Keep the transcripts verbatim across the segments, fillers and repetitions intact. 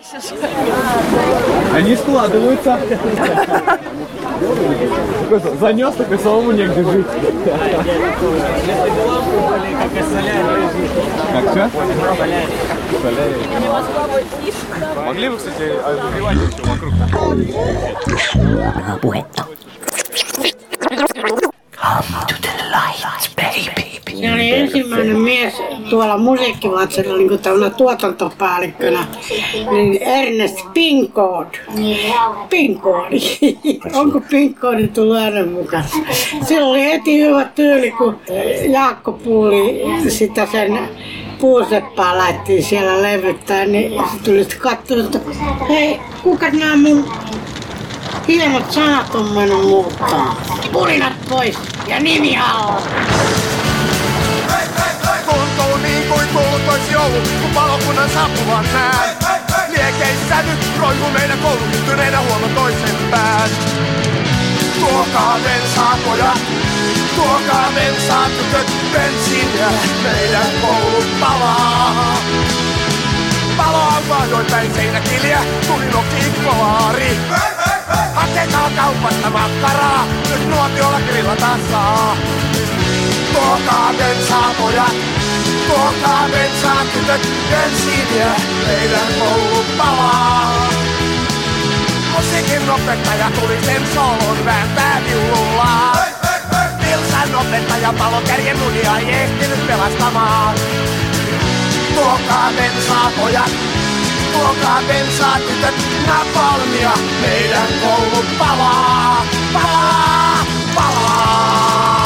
Они складываются. Занес, так и самому негде жить. Как что? Могли бы, кстати, обогревать еще вокруг. Puhetta. Come to the light, baby. Se oli ensimmäinen mies tuolla musiikkivatsilla niin kuin tuotantopäällikkönä, niin Ernest Pinkord. Pinkordi. Onko Pinkordi tullut äänen mukaan? Sillä oli heti hyvä tyyli, kun Jaakko Puuli sitä sen puuseppaa laittiin siellä levyttää, niin se tuli sitten katsoa, että hei, kuka nämä mun hienot sanat on mennyt muuttaa? Pulinat pois ja nimi alla. Tuntuu niin kuin tullut ois joulu, kun palokunnan saapuvan näen. Liekeissä nyt roihuneinä kouluttyneinä huono toisen pään. Tuokaa bensaa pojat, tuokaa bensaa tytöt, bensiiniä, meidän koulu palaa. Paloa vahdoin päin seinäkiliä, tuli nokiin kolaari. Hakekaa kaupasta makkaraa, nyt nuotiolla grillataan saa. Tuokaa bensaa pojat, tuokaa bensaa tytöt, bensiiniä, meidän koulu palaa. Musiikin opettaja tuli sen soolon vääntää viulullaan. Vilsan opettaja palokärjen munia ei ehtinyt pelastamaan. Tuokaa bensaa pojat, tuokaa bensaa tytöt, napalmia, meidän koulu palaa, palaa, palaa.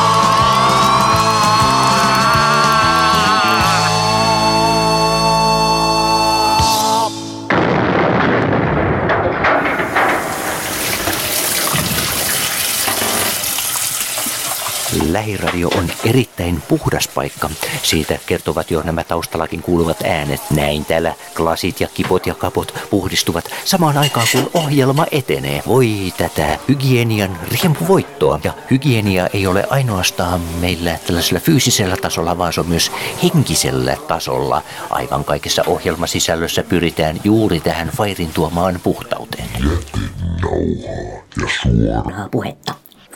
Lähiradio on erittäin puhdas paikka. Siitä kertovat jo nämä taustallakin kuuluvat äänet. Näin täällä glasit ja kipot ja kapot puhdistuvat samaan aikaan, kun ohjelma etenee. Voi tätä hygienian riemuvoittoa. Ja hygienia ei ole ainoastaan meillä tällaisella fyysisellä tasolla, vaan se on myös henkisellä tasolla. Aivan kaikessa ohjelmasisällössä pyritään juuri tähän Fairin tuomaan puhtauteen. Jätin nauhaa ja suoraa puhetta.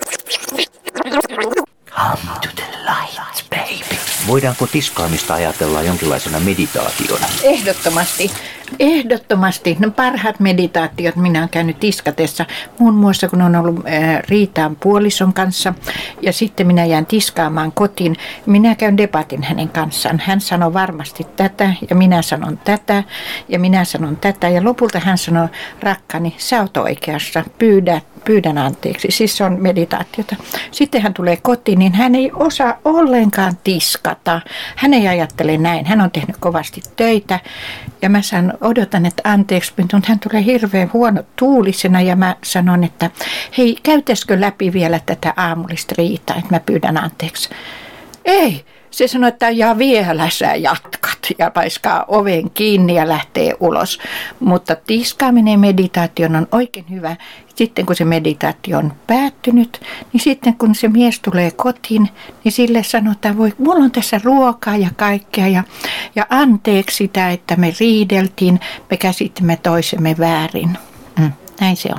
Come to the light, baby. Voidaanko tiskaamista ajatella jonkinlaisena meditaationa? Ehdottomasti. Ehdottomasti. No parhaat meditaatiot minä olen käynyt tiskatessa. Muun muassa kun on ollut äh, riitaan puolison kanssa ja sitten minä jään tiskaamaan kotiin. Minä käyn debatin hänen kanssaan. Hän sanoo varmasti tätä ja minä sanon tätä ja minä sanon tätä. Ja lopulta hän sanoo, rakkani, sä oot oikeassa, pyydä. Pyydän anteeksi, siis se on meditaatiota. Sitten hän tulee kotiin, niin hän ei osaa ollenkaan tiskata. Hän ei ajattele näin, hän on tehnyt kovasti töitä. Ja mä sanon, odotan, että anteeksi, mutta hän tulee hirveän huono tuulisena. Ja mä sanon, että hei, käytäisikö läpi vielä tätä aamullista riitaa, että mä pyydän anteeksi. Ei, se sanoi, että ja vielä sä jatkat ja paiskaa oven kiinni ja lähtee ulos. Mutta tiskaaminen ja meditaation on oikein hyvä. Sitten kun se meditaatio on päättynyt, niin sitten kun se mies tulee kotiin, niin sille sanotaan, voi, mulla on tässä ruokaa ja kaikkea ja, ja anteeksi sitä, että me riideltiin, me käsitimme toisemme väärin. Mm, näin se on.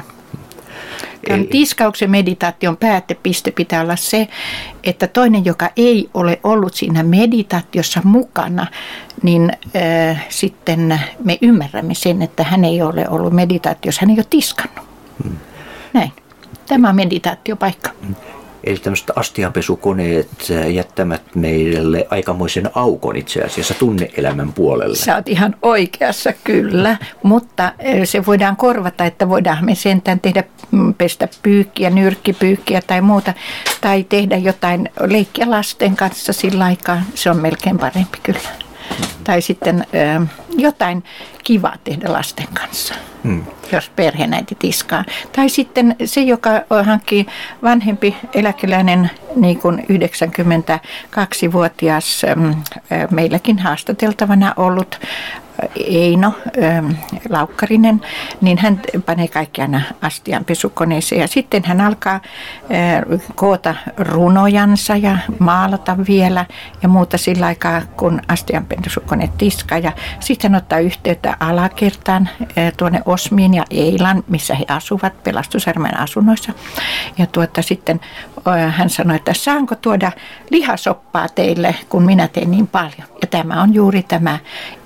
Tämän tiskauksen meditaation päätepiste pitää olla se, että toinen, joka ei ole ollut siinä meditaatiossa mukana, niin äh, sitten me ymmärrämme sen, että hän ei ole ollut meditaatiossa, hän ei ole tiskannut. Hmm. Näin. Tämä on meditaatiopaikka. Hmm. Eli tämmöiset astianpesukoneet jättämät meille aikamoisen aukon itse asiassa tunne-elämän puolelle. Sä oot ihan oikeassa, kyllä, mutta se voidaan korvata, että voidaan me sentään tehdä, pestä pyykkiä, nyrkkipyykkiä tai muuta, tai tehdä jotain leikkiä lasten kanssa sillä aikaa, se on melkein parempi kyllä. Tai sitten ö, jotain kivaa tehdä lasten kanssa, hmm. jos perheenäiti tiskaa. Tai sitten se, joka hankkii vanhempi eläkeläinen, niin kuin yhdeksänkymmentäkaksivuotias ö, meilläkin haastateltavana ollut Eino ähm, Laukkarinen, niin hän panee kaikki aina astianpesukoneeseen ja sitten hän alkaa äh, koota runojansa ja maalata vielä ja muuta sillä aikaa, kun astianpesukone tiskaa. Ja sitten hän ottaa yhteyttä alakertaan äh, tuonne Osmiin ja Eilan, missä he asuvat Pelastusarmeen asunnoissa. Ja tuota, sitten äh, hän sanoi, että saanko tuoda lihasoppaa teille, kun minä teen niin paljon. Ja tämä on juuri tämä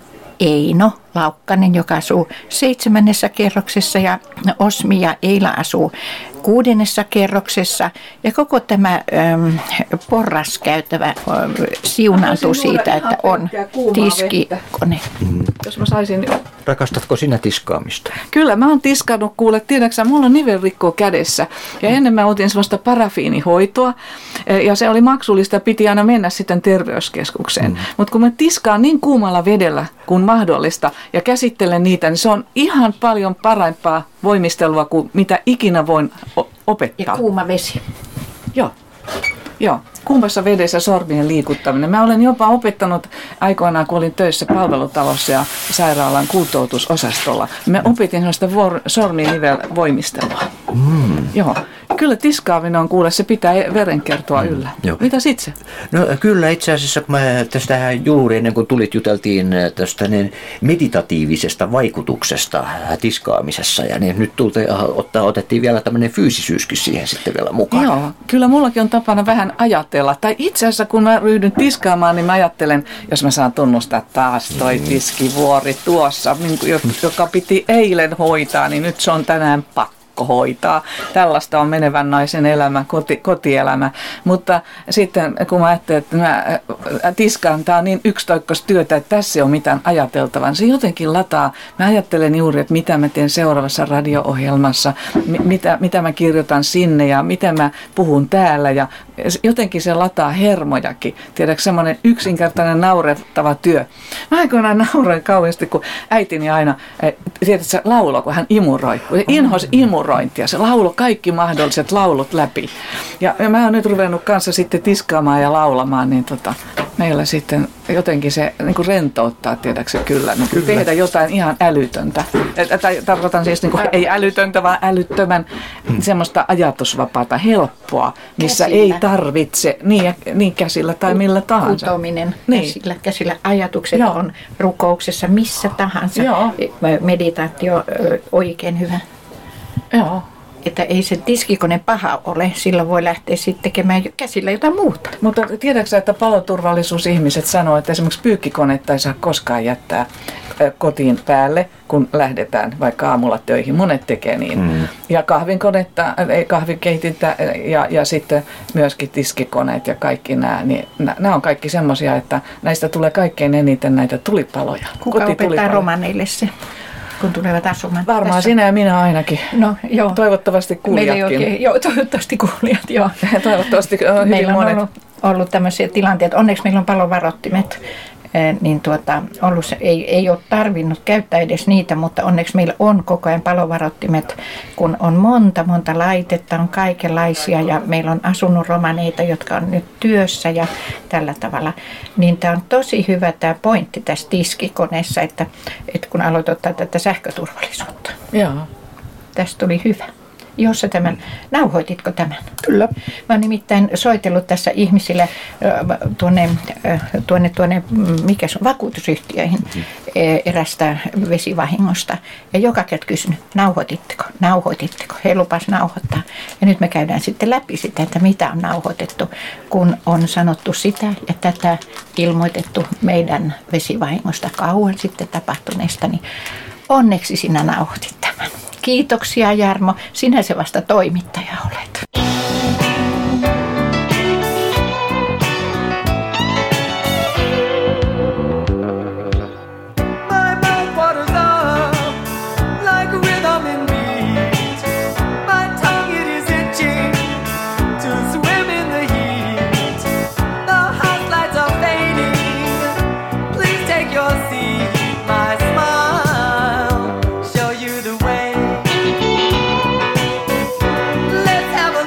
Eino Laukkanen, joka asuu seitsemännessä kerroksessa ja Osmi ja Eila asuu kuudennessa kerroksessa. Ja koko tämä äm, porraskäytävä äh, siunaantuu siitä, että on tiskikone. Mm. Jos mä saisin... Rakastatko sinä tiskaamista? Kyllä, mä oon tiskannut, kuule, tiedäksä, mulla on nivelrikko kädessä. Ja ennen mä otin sellaista parafiinihoitoa, ja se oli maksullista, piti aina mennä sitten terveyskeskukseen. Mm. Mutta kun mä tiskaan niin kuumalla vedellä kuin mahdollista ja käsittelen niitä, niin se on ihan paljon parempaa voimistelua kuin mitä ikinä voin opettaa. Ja kuuma vesi. Joo. Joo, kuumassa vedessä sormien liikuttaminen. Mä olen jopa opettanut aikoinaan, kun olin töissä palvelutalossa ja sairaalan kuntoutusosastolla. Mä opetin sellaista vor- sorminivelvoimistelua. Mm. Joo. Kyllä tiskaaminen on, kuule, se pitää verenkiertoa yllä. Mm, Mitä sit se? No kyllä itse asiassa, kun mä tästä juuri ennen kuin tulit juteltiin tästä niin meditatiivisesta vaikutuksesta tiskaamisessa. Ja niin nyt tulti, ottaa, otettiin vielä tämmöinen fyysisyyskin siihen sitten vielä mukaan. Joo, kyllä mullakin on tapana vähän ajatella. Tai itse asiassa kun mä ryhdyn tiskaamaan, niin mä ajattelen, jos mä saan tunnustaa taas toi tiskivuori tuossa, joka piti eilen hoitaa, niin nyt se on tänään pakko hoitaa. Tällaista on menevän naisen elämä, koti, kotielämä. Mutta sitten kun mä ajattelin, että mä tiskaan, tää on niin yksitoikkoista työtä, että tässä ei ole mitään ajateltavan. Se jotenkin lataa. Mä ajattelen juuri, että mitä mä teen seuraavassa radio-ohjelmassa, mitä, mitä mä kirjoitan sinne ja mitä mä puhun täällä. Ja jotenkin se lataa hermojakin. Tiedätkö, semmoinen yksinkertainen naurettava työ. Mä aikoinaan nauroin kauheasti, kun äitini aina, tiedätkö, lauloi, kun hän imuroi. Inhos imuroi. Se laulu kaikki mahdolliset laulut läpi. Ja, ja mä oon nyt ruvennut kanssa sitten tiskaamaan ja laulamaan, niin tota, meillä sitten jotenkin se niin kuin rentouttaa, tiedätkö kyllä, niin kyllä. Tehdä jotain ihan älytöntä. Tai tarkoitan siis niin kuin, ei älytöntä, vaan älyttömän hmm. semmoista ajatusvapaata, helppoa, missä käsillä. Ei tarvitse, niin, niin käsillä tai millä tahansa. Kutominen niin. käsillä, käsillä. Ajatukset Joo. on rukouksessa missä tahansa. Joo. Meditaatio oikein hyvä. Joo. Että ei se tiskikone paha ole, sillä voi lähteä sitten tekemään käsillä jotain muuta. Mutta tiedätkö, että paloturvallisuusihmiset sanoo, että esimerkiksi pyykkikonetta ei saa koskaan jättää kotiin päälle, kun lähdetään vaikka aamulla töihin. Monet tekee niin. Mm. Ja kahvinkonetta, kahvikeitintä ja, ja sitten myöskin tiskikoneet ja kaikki nämä, niin nämä on kaikki semmoisia, että näistä tulee kaikkein eniten näitä tulipaloja. Kuka opettaa romaneille se? Kun tulevat asumaan. Varmaan tässä. Sinä ja minä ainakin. No, joo. Toivottavasti kuulijatkin. Oikein, joo, toivottavasti kuulijat, joo. Toivottavasti hyvin meillä on monet. ollut, ollut tämmöisiä tilanteita. Onneksi meillä on palovarottimet. Niin tuota, ollut se, ei, ei ole tarvinnut käyttää edes niitä, mutta onneksi meillä on koko ajan palovarottimet, kun on monta, monta laitetta, on kaikenlaisia ja meillä on asunut romaneita, jotka on nyt työssä ja tällä tavalla. Niin tämä on tosi hyvä tämä pointti tässä tiskikoneessa, että, että kun aloit ottaa tätä sähköturvallisuutta. Joo. Tästä tuli hyvä. Jossa tämän, nauhoititko tämän? Kyllä. Mä oon nimittäin soitellut tässä ihmisille tuonne, tuonne, tuonne mikä se on, vakuutusyhtiöihin mm-hmm. erästä vesivahingosta. Ja joka kerta kysynyt, nauhoititteko, nauhoititteko, he lupas nauhoittaa. Ja nyt me käydään sitten läpi sitä, että mitä on nauhoitettu, kun on sanottu sitä ja tätä ilmoitettu meidän vesivahingosta kauan sitten tapahtuneesta, niin onneksi sinä nauhoitit tämän. Kiitoksia Jarmo, sinä se vasta toimittaja olet. Let's have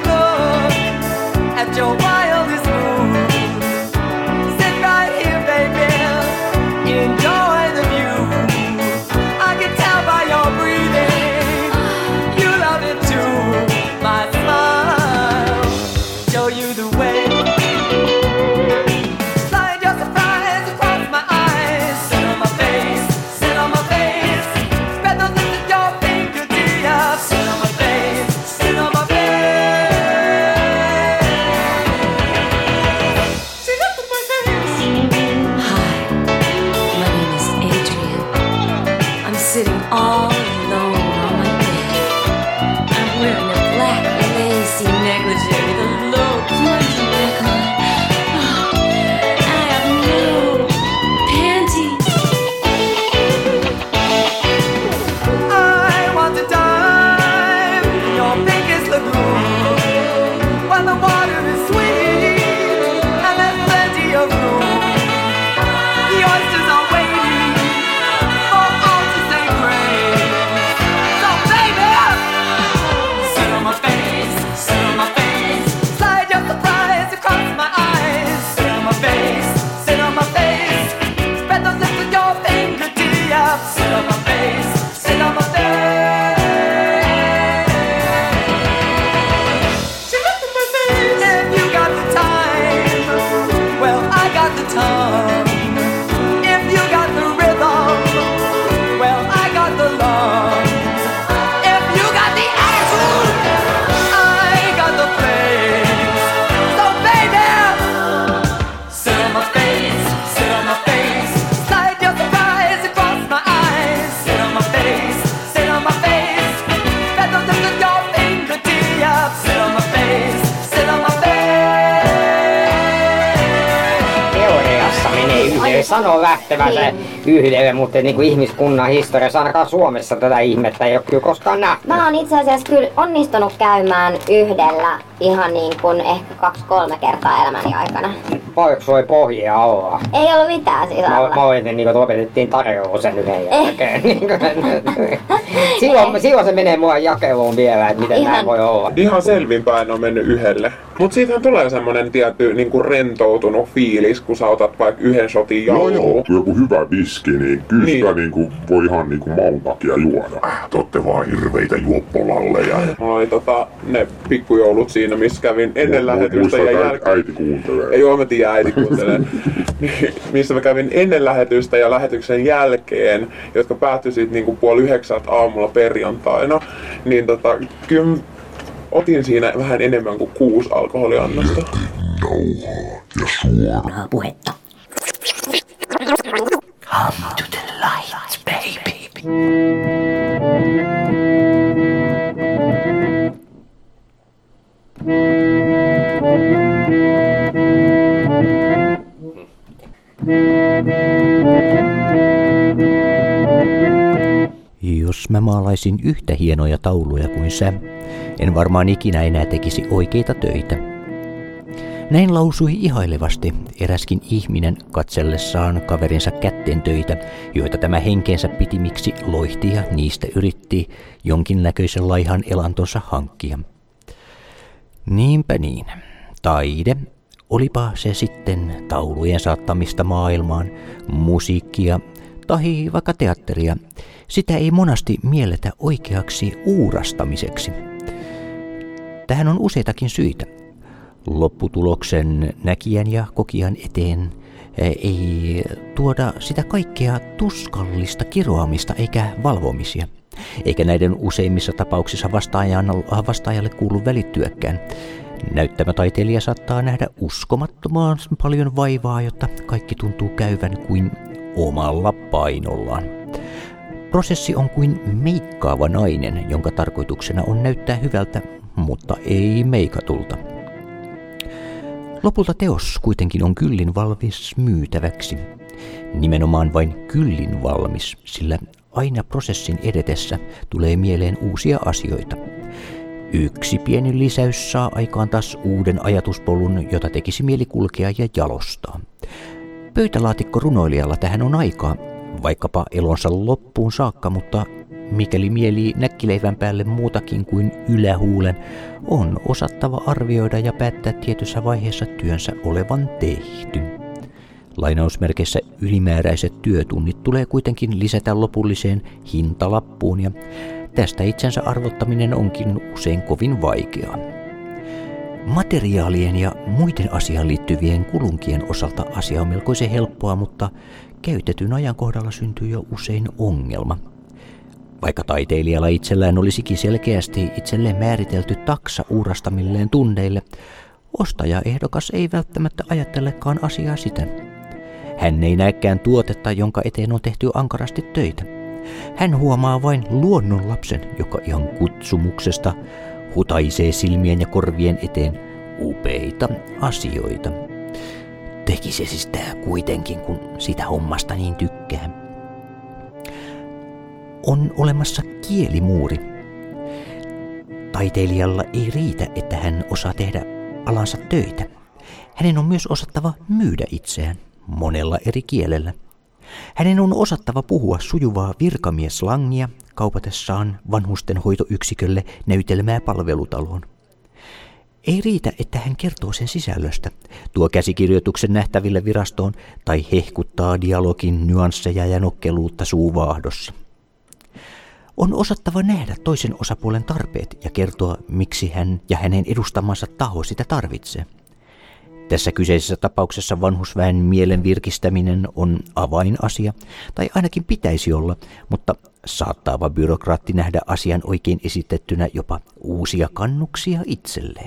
all alone on my bed. I'm wearing a black lacy negligee with a low plunging neckline. Oh, I have no panties. I want to dive in your biggest lagoon, where the water is sweet and there's plenty of room. The oysters are waiting for all to say grace. So baby, sit on my face, sit on my face, slide your surprise across my eyes. Sit on my face, sit on my face, spread those lips with your fingertips. Sit on my face, sit on my face. Sit on my face. If you got the time, well I got the tongue. If you got the rhythm, well I got the lungs. If you got the attitude, I got the place. So baby, sit on my face, sit on my face, slide your surprise across my eyes. Sit on my face, sit on my face, spread those lips with your fingertips. Sit on my face, sit on my face. Teoriassa menee yhdelle, sanoo lähtevänsä yhdelle, mutta niin kuin ihmiskunnan historiassa ainakaan Suomessa tätä ihmettä ei ole kyllä koskaan nähty. Mä oon itse asiassa kyllä onnistunut käymään yhdellä ihan niin kuin ehkä kaksi-kolme kertaa elämäni aikana. Voiko soi pohjia olla? Ei ollut mitään siis Mä, alla. mä olisin, niin kuin lopetettiin tarjolla sen yhden jälkeen. silloin, silloin se menee mua jakeluun vielä, että miten Ihan. näin voi olla. Ihan selvinpäin on mennyt yhdelle. Mut siitähän tulee semmonen tietty niinku rentoutunut fiilis, kun sä otat vaikka yhden shotin Joo, jalkuun. joo. Joku hyvä viski, niin kyllä Niin. sitä niinku voi ihan niinku maun takia juoda. Te ootte vaan hirveitä juoppolalleja. Mulla oli tota, ne pikkujoulut siinä, missä kävin ennen lähetystä Muista, ja että jälkeen. äiti kuuntelee. Ei oo, mä tiedän, äiti kuuntelee. Missä mä kävin ennen lähetystä ja lähetyksen jälkeen, jotka päättyi sit niinku puoli yhdeksältä aamulla perjantaina. Niin tota, kyllä otin siinä vähän enemmän kuin kuusi alkoholiannosta. Nauhaa ja suoraa Puhetta. Come to the light, baby. Jos mä maalaisin yhtä hienoja tauluja kuin sä, en varmaan ikinä enää tekisi oikeita töitä. Näin lausui ihailevasti eräskin ihminen katsellessaan kaverinsa kätten töitä, joita tämä henkeensä pitimiksi loihti ja niistä yritti jonkinnäköisen laihan elantonsa hankkia. Niinpä niin. Taide, olipa se sitten taulujen saattamista maailmaan, musiikkia tai vaikka teatteria, sitä ei monasti mielletä oikeaksi uurastamiseksi. Tähän on useitakin syitä. Lopputuloksen näkijän ja kokijan eteen ei tuoda sitä kaikkea tuskallista kiroamista eikä valvomisia. Eikä näiden useimmissa tapauksissa vastaajalle kuulu välittyäkään. Näyttämötaiteilija saattaa nähdä uskomattoman paljon vaivaa, jotta kaikki tuntuu käyvän kuin omalla painollaan. Prosessi on kuin meikkaava nainen, jonka tarkoituksena on näyttää hyvältä, mutta ei meikatulta. Lopulta teos kuitenkin on kyllin valmis myytäväksi. Nimenomaan vain kyllin valmis, sillä aina prosessin edetessä tulee mieleen uusia asioita. Yksi pieni lisäys saa aikaan taas uuden ajatuspolun, jota tekisi mieli kulkea ja jalostaa. Pöytälaatikko runoilijalla tähän on aikaa, vaikkapa elonsa loppuun saakka, mutta mikäli mielii näkkileivän päälle muutakin kuin ylähuulen, on osattava arvioida ja päättää tietyssä vaiheessa työnsä olevan tehty. Lainausmerkeissä ylimääräiset työtunnit tulee kuitenkin lisätä lopulliseen hintalappuun ja tästä itsensä arvottaminen onkin usein kovin vaikeaa. Materiaalien ja muiden asiaan liittyvien kulunkien osalta asia on melkoisen helppoa, mutta käytetyn ajan kohdalla syntyy jo usein ongelma. Vaikka taiteilijalla itsellään olisikin selkeästi itselleen määritelty taksa uurastamilleen tunneille, ostajaehdokas ei välttämättä ajattelekaan asiaa siten. Hän ei näekään tuotetta, jonka eteen on tehty ankarasti töitä. Hän huomaa vain luonnonlapsen, joka ihan kutsumuksesta hutaisee silmien ja korvien eteen upeita asioita. Tekisi se sitä kuitenkin, kun sitä hommasta niin tykkää. On olemassa kielimuuri. Taiteilijalla ei riitä, että hän osaa tehdä alansa töitä. Hänen on myös osattava myydä itseään monella eri kielellä. Hänen on osattava puhua sujuvaa virkamieslangia kaupatessaan vanhustenhoitoyksikölle näytelmää palvelutaloon. Ei riitä, että hän kertoo sen sisällöstä, tuo käsikirjoituksen nähtäville virastoon tai hehkuttaa dialogin nyansseja ja nokkeluutta suuvaahdossa. On osattava nähdä toisen osapuolen tarpeet ja kertoa, miksi hän ja hänen edustamansa taho sitä tarvitsee. Tässä kyseisessä tapauksessa vanhusväen mielen virkistäminen on avainasia, tai ainakin pitäisi olla, mutta saattaava byrokraatti nähdä asian oikein esitettynä jopa uusia kannuksia itselleen.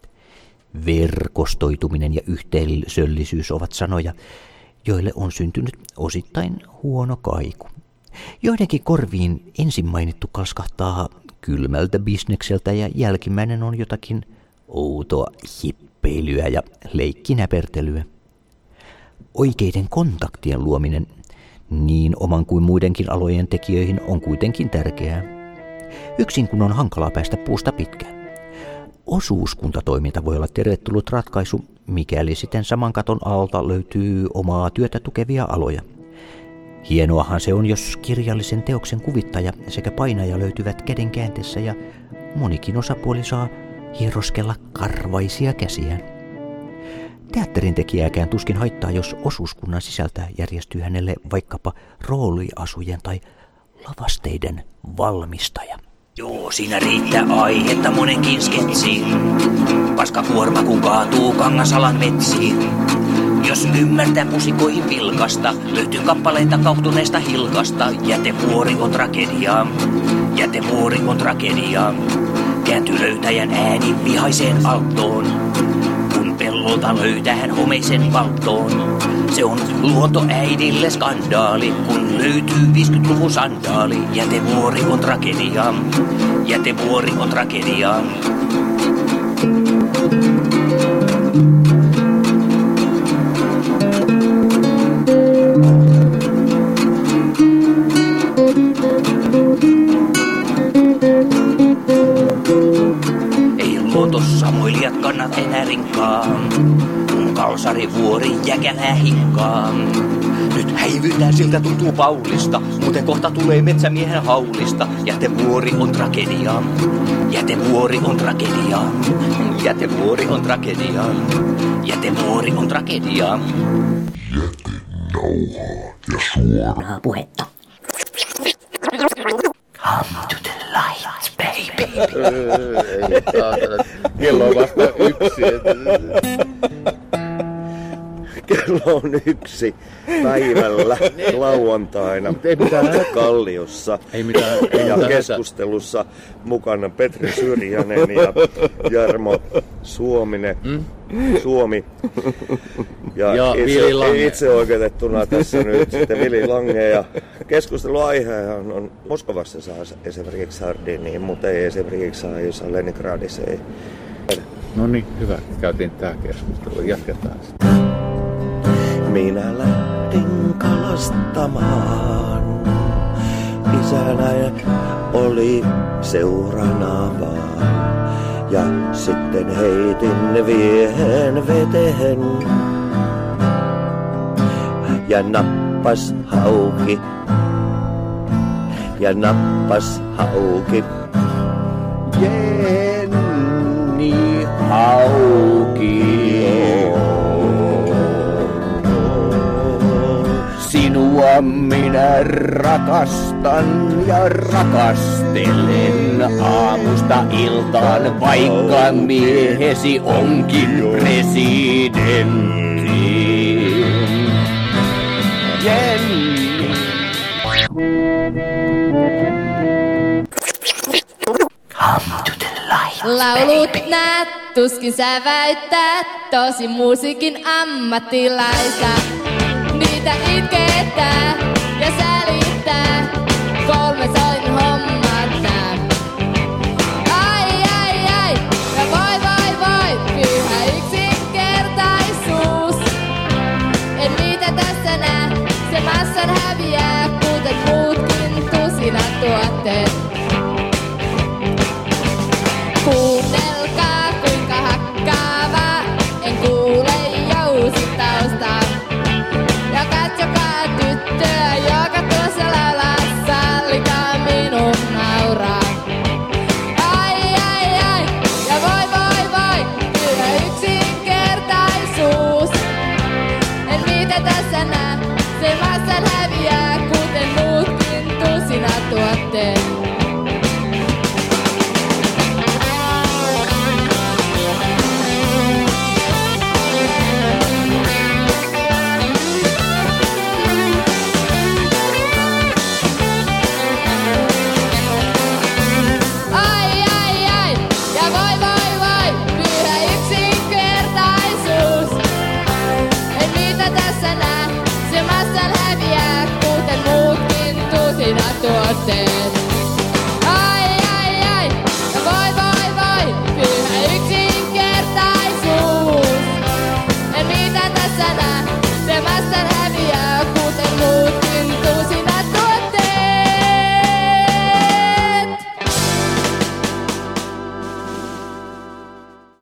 Verkostoituminen ja yhteisöllisyys ovat sanoja, joille on syntynyt osittain huono kaiku. Joidenkin korviin ensin mainittu kalskahtaa kylmältä bisnekseltä ja jälkimmäinen on jotakin outoa hippeilyä ja leikkinäpertelyä. Oikeiden kontaktien luominen niin oman kuin muidenkin alojen tekijöihin on kuitenkin tärkeää. Yksin kun on hankalaa päästä puusta pitkään. Osuuskuntatoiminta voi olla tervetullut ratkaisu, mikäli sitten saman katon alta löytyy omaa työtä tukevia aloja. Hienoahan se on, jos kirjallisen teoksen kuvittaja sekä painaja löytyvät käden käänteessä ja monikin osapuoli saa hieroskella karvaisia käsiään. Teatterin tekijääkään tuskin haittaa, jos osuuskunnan sisältä järjestyy hänelle vaikkapa rooliasujen tai lavasteiden valmistaja. Joo, siinä riittää aihetta monenkin sketsiin. Paskakuorma kun kaatuu Kangasalan metsiin. Jos ymmärtää musikoihin vilkasta, löytyy kappaleita kauhtuneesta hilkasta. Jätevuori on tragediaa, jätevuori on tragediaa. Kääntyy löytäjän ääni vihaiseen alttoon. Kun pellolta löytää hän homeisen valttoon. Se on luontoäidille skandaali, kun löytyy viisikymmentäluvun sandaali. Jätevuori on tragediaa, jätevuori on tragediaa. Samoilijat kannat enää rinkkaan, kun kalsarivuori jäkälää hinkkaan. Nyt häivytään siltä tuntuu Paulista, muuten kohta tulee metsämiehen haulista. Jätevuori on tragediaa, jätevuori on tragediaa, jätevuori on tragediaa, jätevuori on tragediaa. Jätenauhaa ja suoraa puhetta. Come to the light, baby. Kello on vasta yksi. Kello on yksi päivällä lauantaina Kalliossa. Ei mitään, ei ja mitään keskustelussa mukana Petri Syrjänen ja Jarmo Suominen. Mm? Suomi. Ja, ja itse, itse oikeutettuna tässä nyt sitten Vili Lange. Ja keskusteluaihehan on Moskovassa saa esimerkiksi sardiniin, mutta ei esimerkiksi saa jossain Leningradissa. Ei. No niin, hyvä. Käytiin tää keskustelu. Jatketaan sitä. Minä lähdin kalastamaan. Isänä oli seurana vaan. Ja sitten heitin viehen veteen. Ja nappas hauki. Ja nappas hauki. Jenni hauki. Sinua minä rakastan ja rakastelen aamusta iltaan, vaikka miehesi onkin presidentti. Jenni. Come to the light. Laulut näet, tuskin säväyttää, tosi musiikin ammattilaista. Niitä itketää ja sälittää, kuunnella.